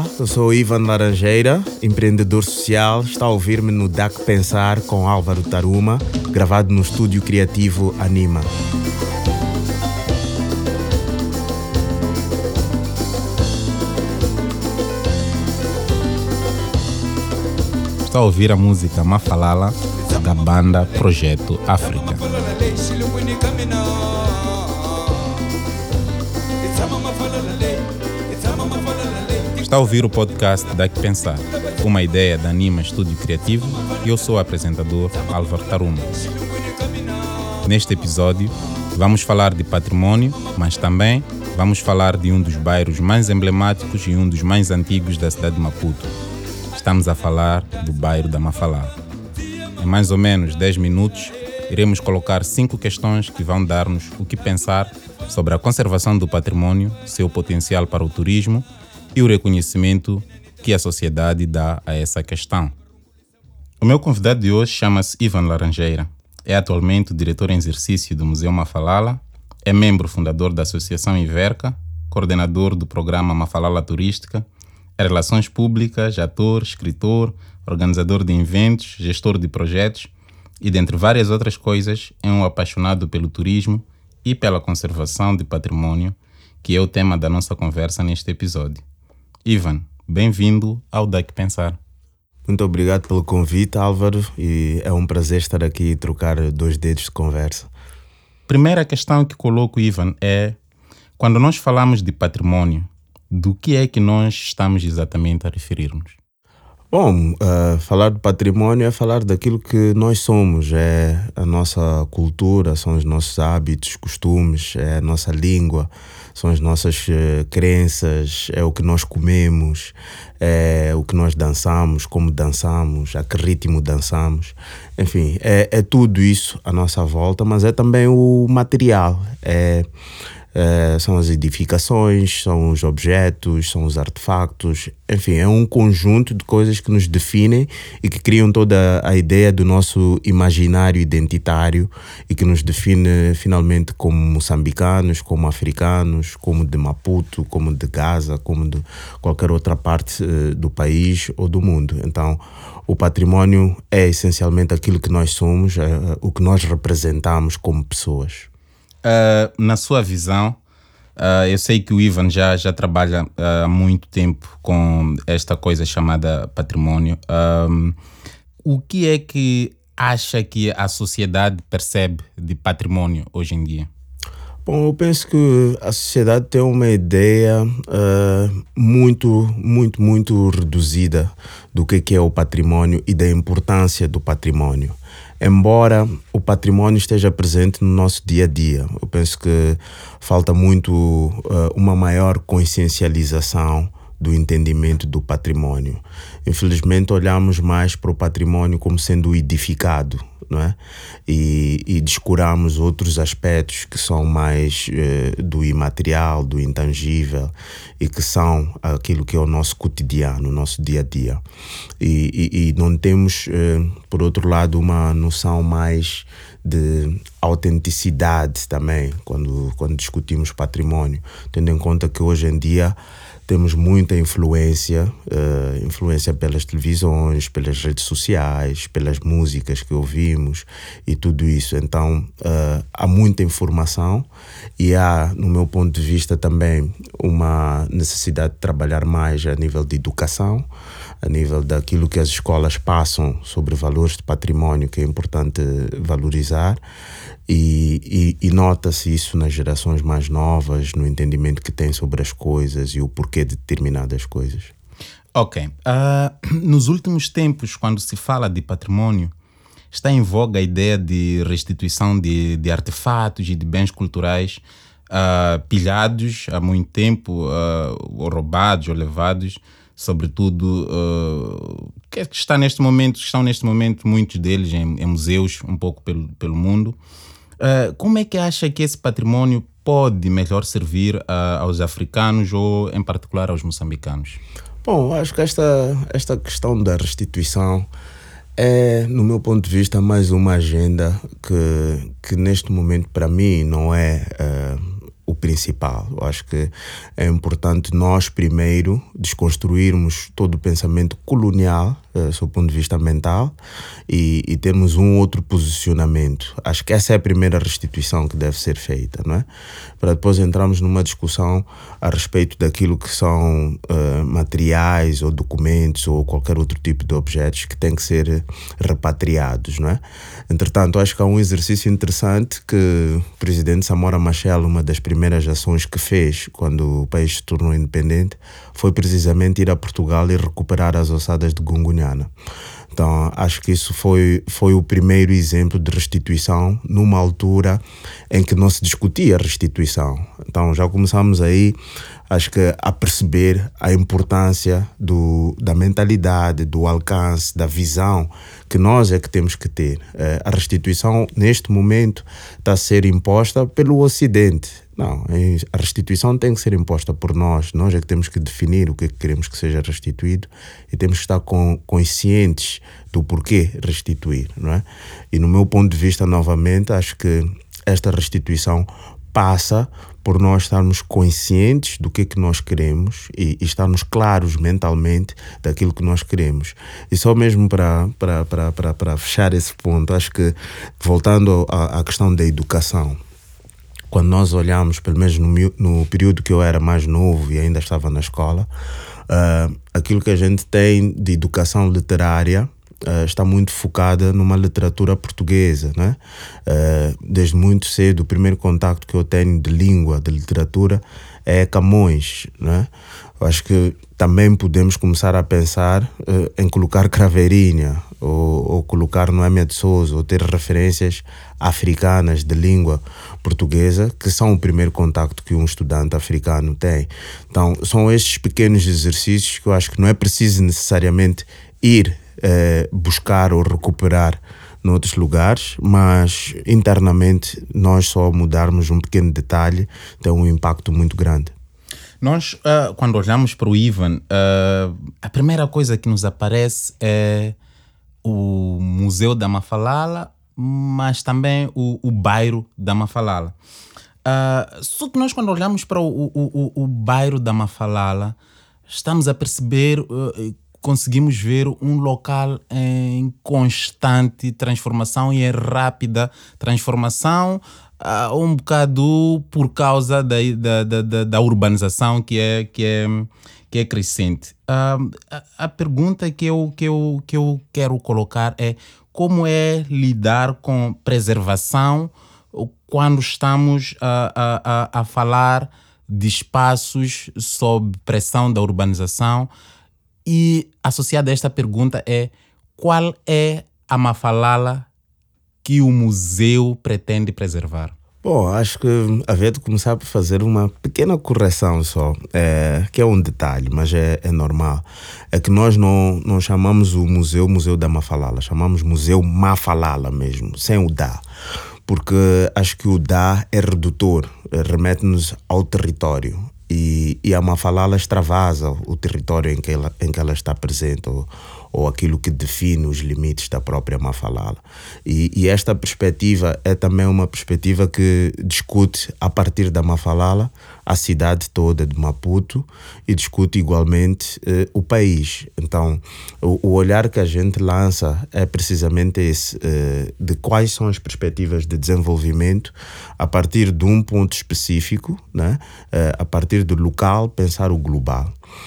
Olá, eu sou o Ivan Laranjeira, empreendedor social. Está a ouvir-me no DAC Pensar com Álvaro Taruma, gravado no estúdio criativo Anima. Está a ouvir a música Mafalala da banda Projeto África. Está a ouvir o podcast DAC Pensar, uma ideia da Anima Estúdio Criativo, e eu sou o apresentador Álvaro Taruma. Neste episódio vamos falar de património, mas também vamos falar de um dos bairros mais emblemáticos e um dos mais antigos da cidade de Maputo. Estamos a falar do bairro da Mafalala. Em mais ou menos 10 minutos, iremos colocar 5 questões que vão dar-nos o que pensar sobre a conservação do património, seu potencial para o turismo e o reconhecimento que a sociedade dá a essa questão. O meu convidado de hoje chama-se Ivan Laranjeira. É atualmente o diretor em exercício do Museu Mafalala, é membro fundador da Associação Iverca, coordenador do programa Mafalala Turística, é relações públicas, ator, escritor, organizador de eventos, gestor de projetos e, dentre várias outras coisas, é um apaixonado pelo turismo e pela conservação de património, que é o tema da nossa conversa neste episódio. Ivan, bem-vindo ao DAC Pensar. Muito obrigado pelo convite, Álvaro, e é um prazer estar aqui e trocar 2 dedos de conversa. Primeira questão que coloco, Ivan, é: quando nós falamos de património, do que é que nós estamos exatamente a referir-nos? Bom, falar de património é falar daquilo que nós somos, é a nossa cultura, são os nossos hábitos, costumes, é a nossa língua, são as nossas crenças, é o que nós comemos, é o que nós dançamos, como dançamos, a que ritmo dançamos. Enfim, é tudo isso à nossa volta, mas é também o material, são as edificações, são os objetos, são os artefactos, enfim, é um conjunto de coisas que nos definem e que criam toda a ideia do nosso imaginário identitário e que nos define finalmente como moçambicanos, como africanos, como de Maputo, como de Gaza, como de qualquer outra parte do país ou do mundo. Então, o património é essencialmente aquilo que nós somos, o que nós representamos como pessoas. Na sua visão, eu sei que o Ivan já trabalha há muito tempo com esta coisa chamada património. O que é que acha que a sociedade percebe de património hoje em dia? Bom, eu penso que a sociedade tem uma ideia muito reduzida do que é o património e da importância do património. Embora o património esteja presente no nosso dia a dia, eu penso que falta muito uma maior consciencialização do entendimento do património. Infelizmente, olhamos mais para o património como sendo edificado, não é? E descuramos outros aspectos que são mais do imaterial, do intangível, e que são aquilo que é o nosso cotidiano, o nosso dia a dia. E não temos, por outro lado, uma noção mais de autenticidade também quando discutimos património, tendo em conta que hoje em dia temos muita influência pelas televisões, pelas redes sociais, pelas músicas que ouvimos e tudo isso. Então, há muita informação e há, no meu ponto de vista, também uma necessidade de trabalhar mais a nível de educação, a nível daquilo que as escolas passam sobre valores de património, que é importante valorizar. E nota-se isso nas gerações mais novas, no entendimento que têm sobre as coisas e o porquê de determinadas coisas. Ok. Nos últimos tempos, quando se fala de património, está em voga a ideia de restituição de artefatos e de bens culturais pilhados há muito tempo, ou roubados ou levados, sobretudo estão neste momento muitos deles em museus um pouco pelo mundo. Como é que acha que esse património pode melhor servir aos africanos ou, em particular, aos moçambicanos? Bom, acho que esta questão da restituição é, no meu ponto de vista, mais uma agenda que neste momento, para mim, não é o principal. Eu acho que é importante nós primeiro desconstruirmos todo o pensamento colonial, sob o ponto de vista mental, e termos um outro posicionamento. Acho que essa é a primeira restituição que deve ser feita, não é? Para depois entrarmos numa discussão a respeito daquilo que são materiais ou documentos ou qualquer outro tipo de objetos que têm que ser repatriados, não é? Entretanto, acho que há um exercício interessante que o presidente Samora Machel, uma das primeiras ações que fez quando o país se tornou independente, foi precisamente ir a Portugal e recuperar as ossadas de Gungunhana. Então, acho que isso foi o primeiro exemplo de restituição numa altura em que não se discutia restituição. Então, já começamos aí, acho que a perceber a importância da mentalidade, do alcance, da visão que nós é que temos que ter. A restituição, neste momento, está a ser imposta pelo Ocidente. Não, a restituição tem que ser imposta por nós. Nós é que temos que definir o que é que queremos que seja restituído e temos que estar conscientes do porquê restituir, não é? E no meu ponto de vista, novamente, acho que esta restituição passa por nós estarmos conscientes do que é que nós queremos e estarmos claros mentalmente daquilo que nós queremos. E só mesmo para fechar esse ponto, acho que, voltando à questão da educação, quando nós olhamos, pelo menos no período que eu era mais novo e ainda estava na escola, aquilo que a gente tem de educação literária está muito focada numa literatura portuguesa, né? Desde muito cedo, o primeiro contacto que eu tenho de língua, de literatura, é Camões, né? Eu acho que também podemos começar a pensar em colocar Craveirinha ou colocar Noémia de Souza, ou ter referências africanas de língua portuguesa, que são o primeiro contacto que um estudante africano tem. Então, são estes pequenos exercícios que eu acho que não é preciso necessariamente ir buscar ou recuperar noutros lugares, mas internamente nós só mudarmos um pequeno detalhe tem um impacto muito grande. Nós, quando olhamos para o Ivan, a primeira coisa que nos aparece é o Museu da Mafalala, mas também o bairro da Mafalala. Só que nós, quando olhamos para o bairro da Mafalala, estamos a perceber, conseguimos ver um local em constante transformação e em rápida transformação, um bocado por causa da urbanização que é crescente. A pergunta que eu quero colocar é: como é lidar com preservação quando estamos a falar de espaços sob pressão da urbanização? E associada a esta pergunta é: qual é a Mafalala que o museu pretende preservar? Bom, acho que havia de começar por fazer uma pequena correção só, que é um detalhe, mas é normal. É que nós não chamamos o Museu da Mafalala, chamamos Museu Mafalala mesmo, sem o Dá. Porque acho que o Dá é redutor, remete-nos ao território. E a Mafalala extravasa o território em que ela está presente, ou aquilo que define os limites da própria Mafalala. E esta perspectiva é também uma perspectiva que discute, a partir da Mafalala, a cidade toda de Maputo e discute igualmente o país. Então, o olhar que a gente lança é precisamente esse, de quais são as perspectivas de desenvolvimento a partir de um ponto específico, né? A partir do local, pensar o global.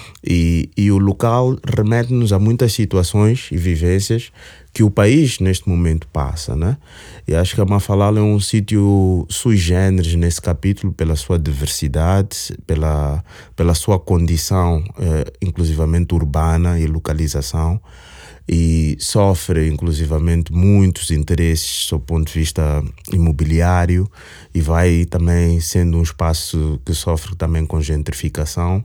E o local remete-nos a muitas situações e vivências que o país neste momento passa, né? E acho que a Mafalala é um sítio sui generis nesse capítulo, pela sua diversidade, pela sua condição inclusivamente urbana e localização, e sofre inclusivamente muitos interesses do ponto de vista imobiliário, e vai também sendo um espaço que sofre também com gentrificação.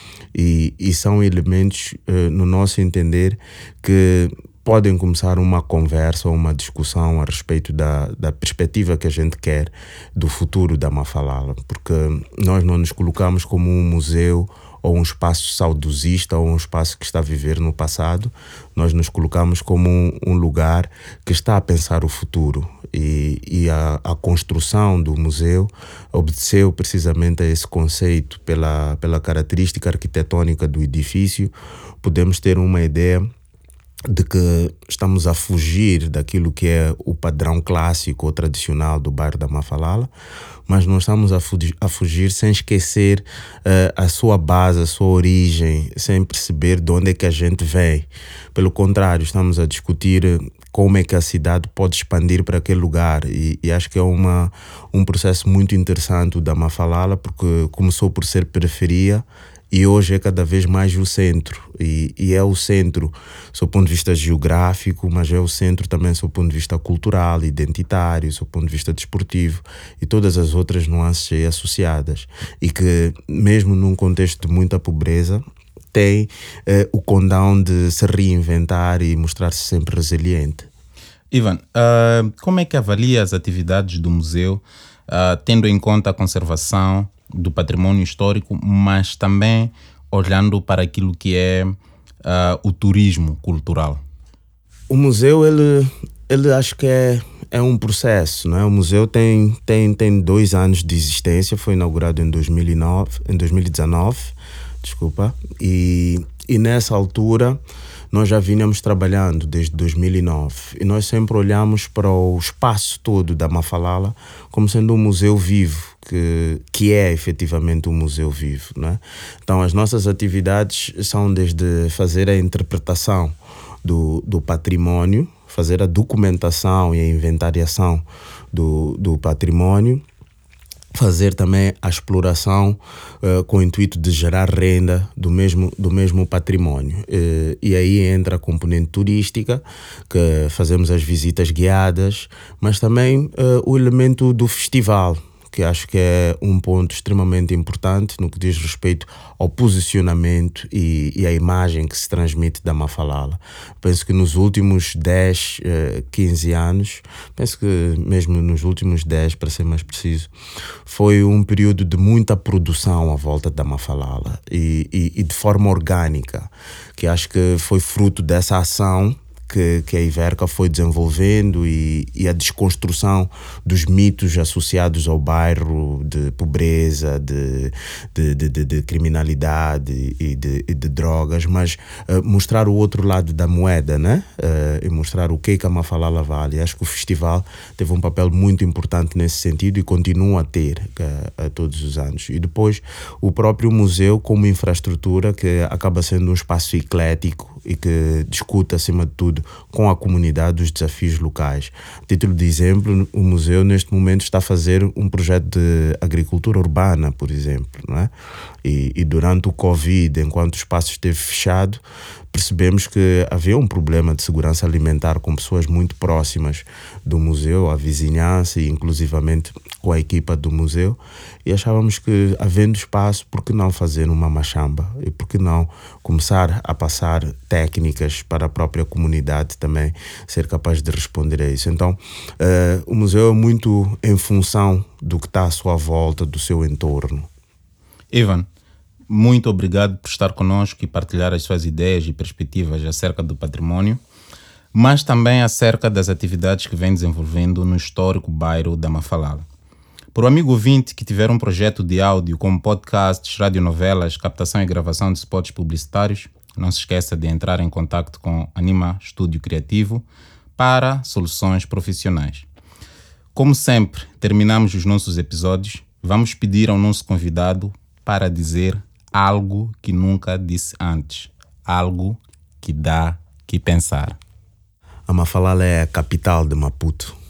E são elementos, no nosso entender, que podem começar uma conversa ou uma discussão a respeito da perspectiva que a gente quer do futuro da Mafalala, porque nós não nos colocamos como um museu ou um espaço saudosista, ou um espaço que está a viver no passado. Nós nos colocamos como um lugar que está a pensar o futuro. E a construção do museu obedeceu precisamente a esse conceito. Pela característica arquitetônica do edifício, podemos ter uma ideia de que estamos a fugir daquilo que é o padrão clássico ou tradicional do bairro da Mafalala, mas não estamos a fugir sem esquecer a sua base, a sua origem, sem perceber de onde é que a gente vem. Pelo contrário, estamos a discutir como é que a cidade pode expandir para aquele lugar, e acho que é um processo muito interessante o da Mafalala, porque começou por ser periferia e hoje é cada vez mais o centro, e é o centro do ponto de vista geográfico, mas é o centro também do ponto de vista cultural, identitário, do ponto de vista desportivo e todas as outras nuances aí associadas, e que mesmo num contexto de muita pobreza tem o condão de se reinventar e mostrar-se sempre resiliente. Ivan, como é que avalia as atividades do museu, tendo em conta a conservação do patrimônio histórico, mas também olhando para aquilo que é o turismo cultural? O museu, ele acho que é um processo, não é? O museu tem 2 anos de existência, foi inaugurado em 2019, e nessa altura nós já vínhamos trabalhando desde 2009, e nós sempre olhamos para o espaço todo da Mafalala como sendo um museu vivo, que é efetivamente um museu vivo, não é? Então as nossas atividades são desde fazer a interpretação do património, fazer a documentação e a inventariação do património, fazer também a exploração com o intuito de gerar renda do mesmo património. E aí entra a componente turística, que fazemos as visitas guiadas, mas também o elemento do festival, que acho que é um ponto extremamente importante no que diz respeito ao posicionamento e à imagem que se transmite da Mafalala. Penso que nos últimos 10, 15 anos, penso que mesmo nos últimos 10, para ser mais preciso, foi um período de muita produção à volta da Mafalala e de forma orgânica, que acho que foi fruto dessa ação que a Iverca foi desenvolvendo e a desconstrução dos mitos associados ao bairro de pobreza, de criminalidade e de drogas, mas mostrar o outro lado da moeda, né? E mostrar o que a Mafalala vale. Acho que o festival teve um papel muito importante nesse sentido e continua a ter a todos os anos. E depois o próprio museu como infraestrutura, que acaba sendo um espaço eclético e que discute acima de tudo com a comunidade os desafios locais. A título de exemplo, o museu neste momento está a fazer um projeto de agricultura urbana, por exemplo, não é? E durante o Covid, enquanto o espaço esteve fechado, percebemos que havia um problema de segurança alimentar com pessoas muito próximas do museu, a vizinhança e inclusivamente com a equipa do museu, e achávamos que, havendo espaço, por que não fazer uma machamba? E por que não começar a passar técnicas para a própria comunidade também ser capaz de responder a isso? Então, o museu é muito em função do que está à sua volta, do seu entorno. Ivan, muito obrigado por estar conosco e partilhar as suas ideias e perspectivas acerca do património, mas também acerca das atividades que vem desenvolvendo no histórico bairro da Mafalala. Para o amigo ouvinte que tiver um projeto de áudio como podcasts, radionovelas, captação e gravação de spots publicitários, não se esqueça de entrar em contato com Anima Estúdio Criativo para soluções profissionais. Como sempre, terminamos os nossos episódios, vamos pedir ao nosso convidado para dizer algo que nunca disse antes, algo que dá que pensar. A Mafalala é a capital de Maputo.